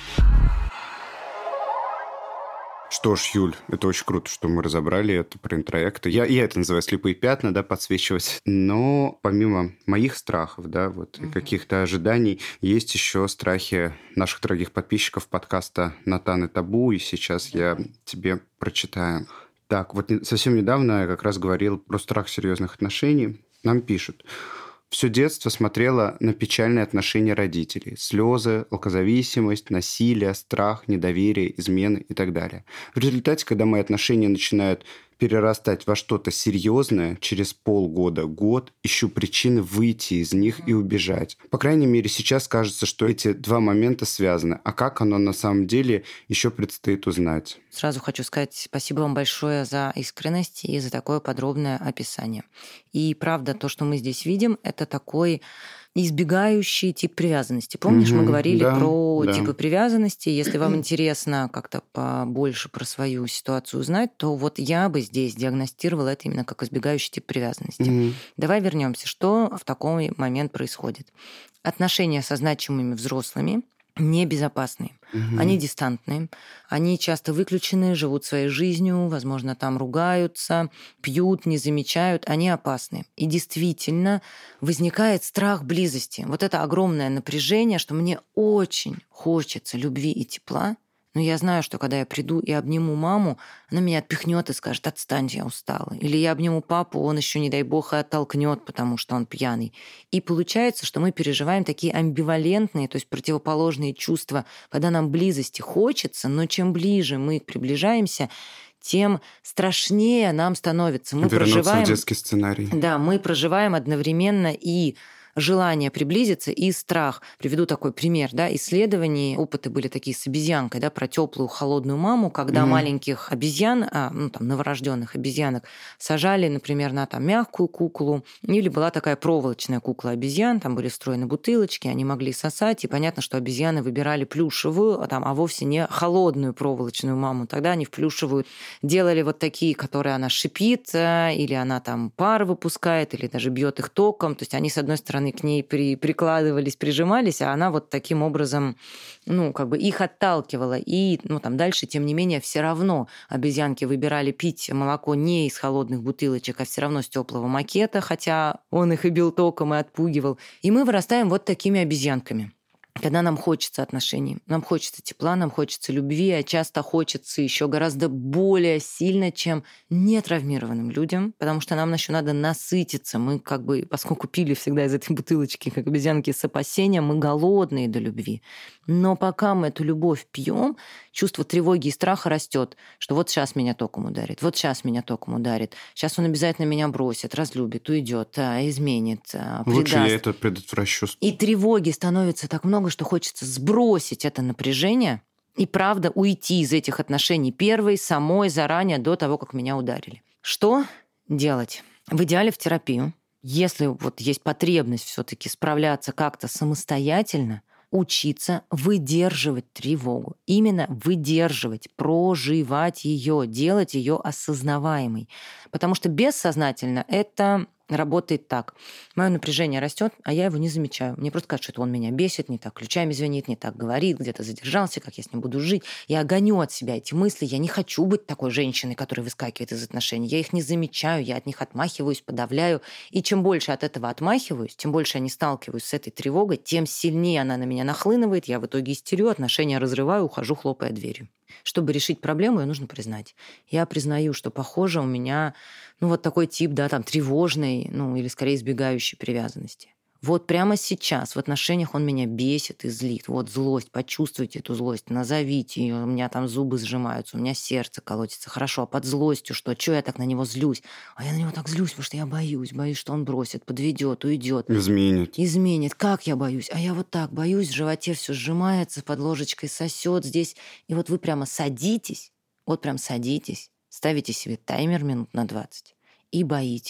Что ж, Юль, это очень круто, что мы разобрали это про интроекты. Я, я это называю слепые пятна, да, подсвечивать. Но помимо моих страхов, да, вот, mm-hmm. каких-то ожиданий, есть еще страхи наших дорогих подписчиков подкаста «Натан и табу», и сейчас mm-hmm. я тебе прочитаю. Так, вот совсем недавно я как раз говорил про страх серьезных отношений. Нам пишут. Все детство смотрела на печальные отношения родителей. Слезы, алкозависимость, насилие, страх, недоверие, измены и так далее. В результате, когда мои отношения начинают перерастать во что-то серьезное, через полгода, год, ищу причины выйти из них и убежать. По крайней мере, сейчас кажется, что эти два момента связаны. А как оно на самом деле, еще предстоит узнать. Сразу хочу сказать спасибо вам большое за искренность и за такое подробное описание. И правда, то, что мы здесь видим, это такой избегающий тип привязанности. Помнишь, угу, мы говорили да, про да. типы привязанности? Если вам интересно как-то побольше про свою ситуацию узнать, то вот я бы здесь диагностировала это именно как избегающий тип привязанности. Угу. Давай вернемся. Что в такой момент происходит? Отношения со значимыми взрослыми небезопасные. Угу. Они дистантные, они часто выключены, живут своей жизнью, возможно, там ругаются, пьют, не замечают, они опасны. И действительно возникает страх близости. Вот это огромное напряжение, что мне очень хочется любви и тепла, но я знаю, что когда я приду и обниму маму, она меня отпихнет и скажет: отстань, я устала. Или я обниму папу, он еще, не дай бог, и оттолкнет, потому что он пьяный. И получается, что мы переживаем такие амбивалентные, то есть противоположные чувства, когда нам близости хочется, но чем ближе мы приближаемся, тем страшнее нам становится. Мы Вернуться проживаем... в детский сценарий. Да, мы проживаем одновременно и желание приблизиться и страх. Приведу такой пример. Да, исследований, опыты были такие с обезьянкой, да, про теплую холодную маму, когда mm-hmm. маленьких обезьян, а, ну, там, новорожденных обезьянок сажали, например, на там, мягкую куклу, или была такая проволочная кукла обезьян, там были встроены бутылочки, они могли сосать, и понятно, что обезьяны выбирали плюшевую, а, там, а вовсе не холодную проволочную маму. Тогда они в плюшевую делали вот такие, которые она шипит, или она там пар выпускает, или даже бьет их током. То есть они, с одной стороны, к ней при, прикладывались, прижимались, а она вот таким образом, ну, как бы их отталкивала. И, ну, там дальше, тем не менее, все равно обезьянки выбирали пить молоко не из холодных бутылочек, а все равно с теплого макета, хотя он их и бил током, и отпугивал. И мы вырастаем вот такими обезьянками. Когда нам хочется отношений, нам хочется тепла, нам хочется любви, а часто хочется еще гораздо более сильно, чем нетравмированным людям, потому что нам еще надо насытиться. Мы как бы, поскольку пили всегда из этой бутылочки, как обезьянки с опасения, мы голодные до любви. Но пока мы эту любовь пьем, чувство тревоги и страха растет, что вот сейчас меня током ударит, вот сейчас меня током ударит, сейчас он обязательно меня бросит, разлюбит, уйдет, изменит, предаст. Лучше я это предотвращу. И тревоги становится так много, что хочется сбросить это напряжение и, правда, уйти из этих отношений первой, самой, заранее, до того, как меня ударили. Что делать? В идеале в терапию. Если вот есть потребность все-таки справляться как-то самостоятельно, учиться выдерживать тревогу. Именно выдерживать, проживать ее, делать ее осознаваемой. Потому что бессознательно это работает так. Мое напряжение растет, а я его не замечаю. Мне просто кажется, что он меня бесит, не так ключами звонит, не так говорит, где-то задержался, как я с ним буду жить. Я гоню от себя эти мысли. Я не хочу быть такой женщиной, которая выскакивает из отношений. Я их не замечаю, я от них отмахиваюсь, подавляю. И чем больше от этого отмахиваюсь, тем больше я не сталкиваюсь с этой тревогой, тем сильнее она на меня нахлынывает. Я в итоге истерю, отношения разрываю, ухожу, хлопая дверью. Чтобы решить проблему, ее нужно признать. Я признаю, что, похоже, у меня ну, вот такой тип, да, там, тревожной, ну, или скорее избегающей привязанности. Вот прямо сейчас в отношениях он меня бесит и злит. Вот злость, почувствуйте эту злость, назовите ее. У меня там зубы сжимаются, у меня сердце колотится. Хорошо, а под злостью что? Чего я так на него злюсь? А я на него так злюсь, потому что я боюсь. Боюсь, что он бросит, подведет, уйдет. Изменит. Изменит. Как я боюсь? А я вот так боюсь, в животе все сжимается, под ложечкой сосет здесь. И вот вы прямо садитесь, вот прям садитесь, ставите себе таймер минут на двадцать и боитесь.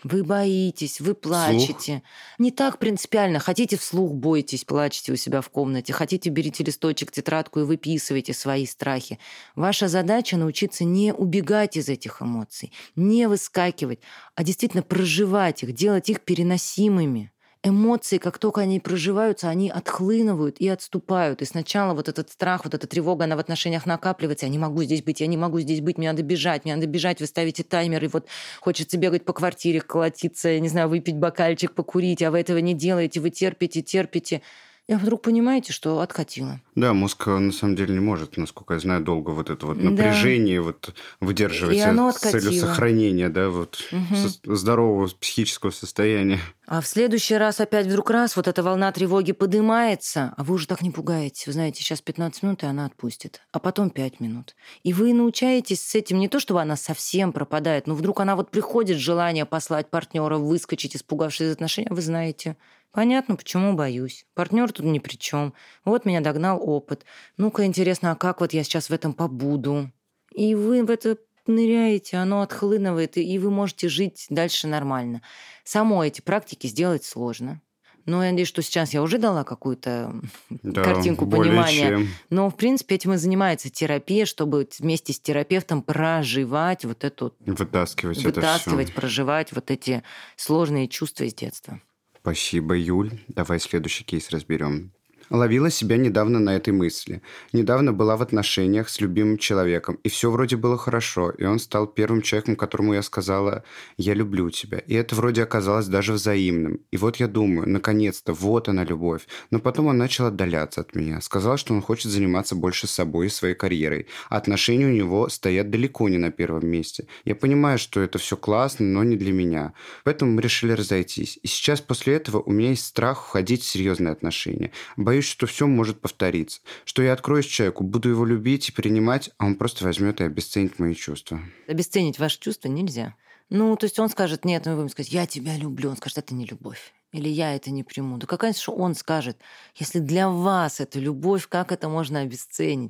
Вы боитесь, вы плачете. Вслух? Не так принципиально. Хотите вслух, бойтесь, плачете у себя в комнате. Хотите, берите листочек, тетрадку и выписывайте свои страхи. Ваша задача научиться не убегать из этих эмоций, не выскакивать, а действительно проживать их, делать их переносимыми. Эмоции, как только они проживаются, они отхлынывают и отступают. И сначала вот этот страх, вот эта тревога, она в отношениях накапливается. Я не могу здесь быть, я не могу здесь быть, мне надо бежать, мне надо бежать. Вы ставите таймер, и вот хочется бегать по квартире, колотиться, я не знаю, выпить бокальчик, покурить, а вы этого не делаете, вы терпите, терпите. И вдруг понимаете, что откатило. Да, мозг на самом деле не может, насколько я знаю, долго вот это вот напряжение да. вот выдерживать с целью сохранения, да, вот угу. здорового психического состояния. А в следующий раз опять вдруг раз вот эта волна тревоги поднимается, а вы уже так не пугаете. Вы знаете, сейчас пятнадцать минут, и она отпустит, а потом пять минут. И вы научаетесь с этим не то, чтобы она совсем пропадает, но вдруг она вот приходит желание послать партнера, выскочить, испугавшись из отношений, вы знаете... Понятно, почему боюсь. Партнер тут ни при чем. Вот меня догнал опыт. Ну-ка, интересно, а как вот я сейчас в этом побуду? И вы в это ныряете, оно отхлынывает, и вы можете жить дальше нормально. Само эти практики сделать сложно. Но я надеюсь, что сейчас я уже дала какую-то да, картинку понимания. Чем. Но, в принципе, этим и занимается терапия, чтобы вместе с терапевтом проживать вот эту... Вытаскивать, вытаскивать это проживать вот эти сложные чувства из детства. Спасибо, Юль. Давай следующий кейс разберем. Ловила себя недавно на этой мысли. Недавно была в отношениях с любимым человеком, и все вроде было хорошо, и он стал первым человеком, которому я сказала «я люблю тебя». И это вроде оказалось даже взаимным. И вот я думаю, наконец-то, вот она любовь. Но потом он начал отдаляться от меня. Сказал, что он хочет заниматься больше собой и своей карьерой. А отношения у него стоят далеко не на первом месте. Я понимаю, что это все классно, но не для меня. Поэтому мы решили разойтись. И сейчас после этого у меня есть страх входить в серьезные отношения. Боюсь, что все может повториться. Что я откроюсь человеку, буду его любить и принимать, а он просто возьмет и обесценит мои чувства. Обесценить ваши чувства нельзя. Ну, то есть он скажет, нет, мы будем сказать, я тебя люблю. Он скажет, это не любовь. Или я это не приму. Да какая что он скажет, если для вас это любовь, как это можно обесценить?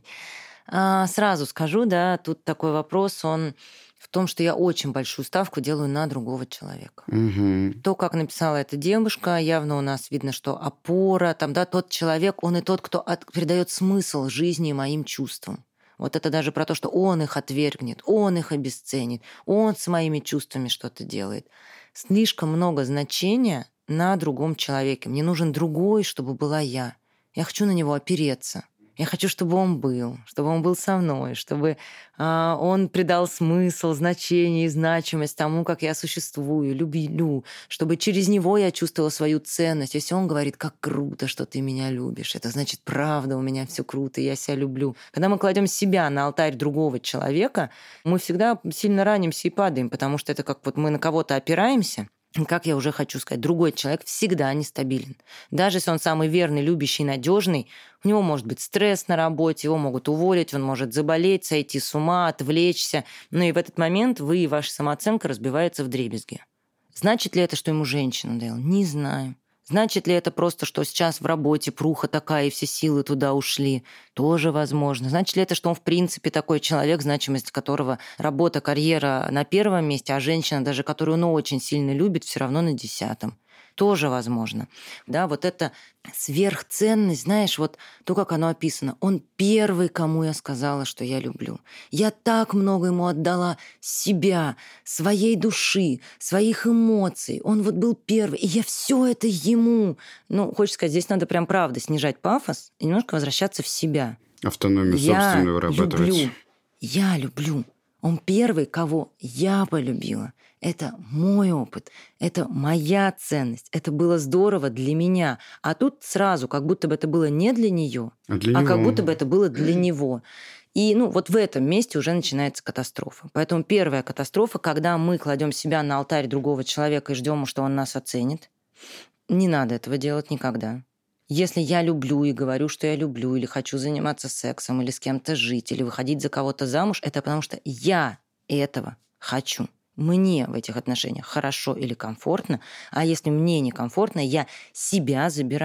А, сразу скажу, да, тут такой вопрос, он... в том, что я очень большую ставку делаю на другого человека. Угу. То, как написала эта девушка, явно у нас видно, что опора, там, да, тот человек, он и тот, кто от, придает смысл жизни и моим чувствам. Вот это даже про то, что он их отвергнет, он их обесценит, он с моими чувствами что-то делает. Слишком много значения на другом человеке. Мне нужен другой, чтобы была я. Я хочу на него опереться. Я хочу, чтобы он был, чтобы он был со мной, чтобы а, он придал смысл, значение и значимость тому, как я существую, люблю, чтобы через него я чувствовала свою ценность. Если он говорит, как круто, что ты меня любишь, это значит, правда, у меня все круто, я себя люблю. Когда мы кладем себя на алтарь другого человека, мы всегда сильно ранимся и падаем, потому что это как вот мы на кого-то опираемся. Как я уже хочу сказать, другой человек всегда нестабилен. Даже если он самый верный, любящий, надежный, у него может быть стресс на работе, его могут уволить, он может заболеть, сойти с ума, отвлечься. Ну и в этот момент вы и ваша самооценка разбивается вдребезги. Значит ли это, что ему женщина надоела? Не знаю. Значит ли это просто, что сейчас в работе пруха такая, и все силы туда ушли? Тоже возможно. Значит ли это, что он в принципе такой человек, значимость которого работа, карьера на первом месте, а женщина, даже которую он очень сильно любит, все равно на десятом? Тоже возможно. Да, вот эта сверхценность, знаешь, вот то, как оно описано. Он первый, кому я сказала, что я люблю. Я так много ему отдала себя, своей души, своих эмоций. Он вот был первый, и я все это ему. Ну, хочется сказать, здесь надо прям правда снижать пафос и немножко возвращаться в себя. Автономию собственную вырабатывать. Я люблю, я люблю. Он первый, кого я полюбила. Это мой опыт, это моя ценность, это было здорово для меня. А тут сразу, как будто бы это было не для нее, а, а как будто бы это было для него. И ну, вот в этом месте уже начинается катастрофа. Поэтому первая катастрофа, когда мы кладем себя на алтарь другого человека и ждем, что он нас оценит. Не надо этого делать никогда. Если я люблю и говорю, что я люблю, или хочу заниматься сексом, или с кем-то жить, или выходить за кого-то замуж, это потому что я этого хочу. Мне в этих отношениях хорошо или комфортно, а если мне некомфортно, я себя забираю.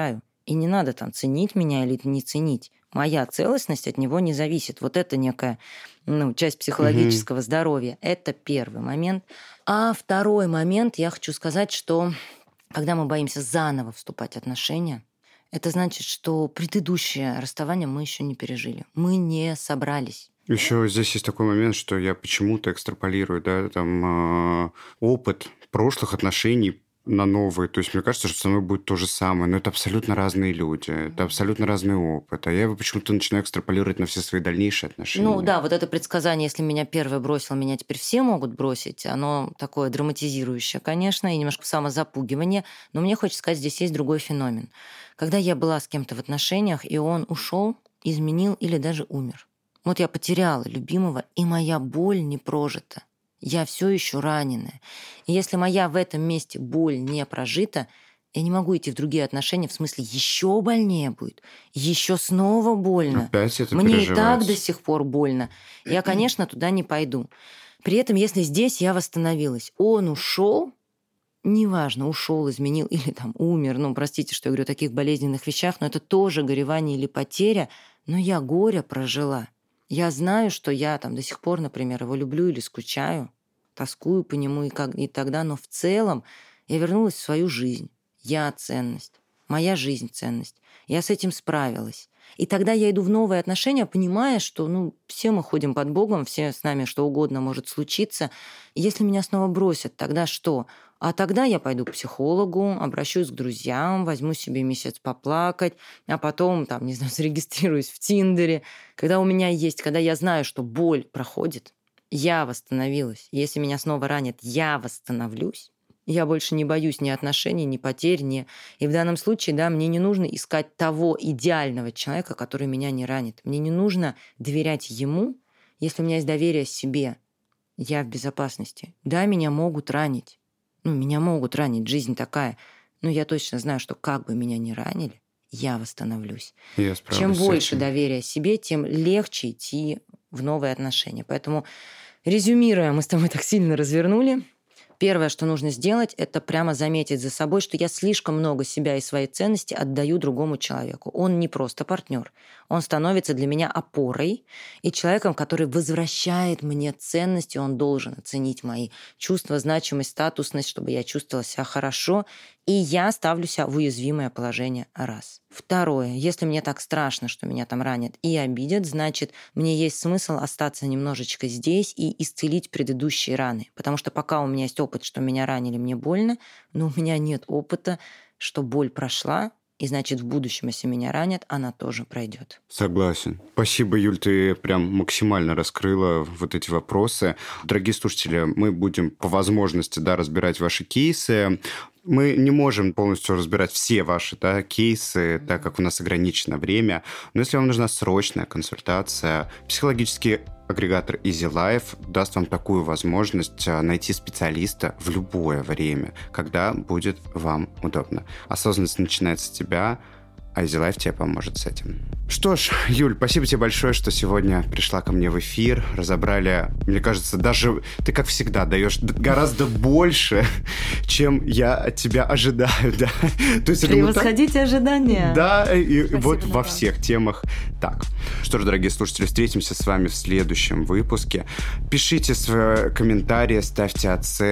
И не надо там ценить меня или не ценить. Моя целостность от него не зависит. Вот это некая ну, часть психологического угу. здоровья. Это первый момент. А второй момент, я хочу сказать, что когда мы боимся заново вступать в отношения, это значит, что предыдущее расставание мы еще не пережили. Мы не собрались. Еще здесь есть такой момент, что я почему-то экстраполирую, да, там, э, опыт прошлых отношений на новые. То есть мне кажется, что со мной будет то же самое. Но это абсолютно разные люди, это абсолютно разный опыт. А я его почему-то начинаю экстраполировать на все свои дальнейшие отношения. Ну да, вот это предсказание, если меня первый бросил, меня теперь все могут бросить, оно такое драматизирующее, конечно, и немножко самозапугивание. Но мне хочется сказать, здесь есть другой феномен. Когда я была с кем-то в отношениях, и он ушел, изменил или даже умер. Вот я потеряла любимого, и моя боль не прожита. Я все еще раненая. И если моя в этом месте боль не прожита, я не могу идти в другие отношения, в смысле, еще больнее будет, еще снова больно. Опять это Мне и так до сих пор больно. Я, конечно, туда не пойду. При этом, если здесь я восстановилась, он ушел, неважно, ушел, изменил или там умер, ну, простите, что я говорю о таких болезненных вещах, но это тоже горевание или потеря, но я горе прожила. Я знаю, что я там до сих пор, например, его люблю или скучаю, тоскую по нему и, как, и тогда, но в целом я вернулась в свою жизнь. Я ценность. Моя жизнь ценность. Я с этим справилась. И тогда я иду в новые отношения, понимая, что ну, все мы ходим под Богом, все с нами что угодно может случиться. И если меня снова бросят, тогда что? А тогда я пойду к психологу, обращусь к друзьям, возьму себе месяц поплакать, а потом, там, не знаю, зарегистрируюсь в Тиндере. Когда у меня есть, когда я знаю, что боль проходит, я восстановилась. Если меня снова ранят, я восстановлюсь. Я больше не боюсь ни отношений, ни потерь, ни... И в данном случае, да, мне не нужно искать того идеального человека, который меня не ранит. Мне не нужно доверять ему, если у меня есть доверие себе. Я в безопасности. Да, меня могут ранить. Ну, меня могут ранить, жизнь такая. Но я точно знаю, что как бы меня ни ранили, я восстановлюсь. Я Чем больше доверия себе, тем легче идти в новые отношения. Поэтому, резюмируя, мы с тобой так сильно развернули. Первое, что нужно сделать, это прямо заметить за собой, что я слишком много себя и своей ценности отдаю другому человеку. Он не просто партнер. Он становится для меня опорой и человеком, который возвращает мне ценности. Он должен оценить мои чувства, значимость, статусность, чтобы я чувствовала себя хорошо. И я ставлю себя в уязвимое положение. Раз. Второе. Если мне так страшно, что меня там ранят и обидят, значит, мне есть смысл остаться немножечко здесь и исцелить предыдущие раны. Потому что пока у меня есть опыт, что меня ранили, мне больно, но у меня нет опыта, что боль прошла, и значит, в будущем, если меня ранят, она тоже пройдет. Согласен. Спасибо, Юль, ты прям максимально раскрыла вот эти вопросы. Дорогие слушатели, мы будем по возможности, да, разбирать ваши кейсы. Мы не можем полностью разбирать все ваши, да, кейсы, так как у нас ограничено время. Но если вам нужна срочная консультация, психологический агрегатор Easy Life даст вам такую возможность найти специалиста в любое время, когда будет вам удобно. Осознанность начинается с тебя, а Easy Life тебе поможет с этим. Что ж, Юль, спасибо тебе большое, что сегодня пришла ко мне в эфир. Разобрали, мне кажется, даже ты, как всегда, даешь гораздо больше, чем я от тебя ожидаю. Да? То есть, превосходите так... ожидания. Да, и спасибо, вот во всех темах так. Что ж, дорогие слушатели, встретимся с вами в следующем выпуске. Пишите свои комментарии, ставьте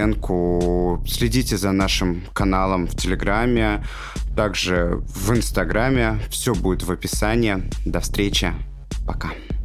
оценку, следите за нашим каналом в Телеграме, также в Инстаграме. Все будет в описании. До встречи. Пока.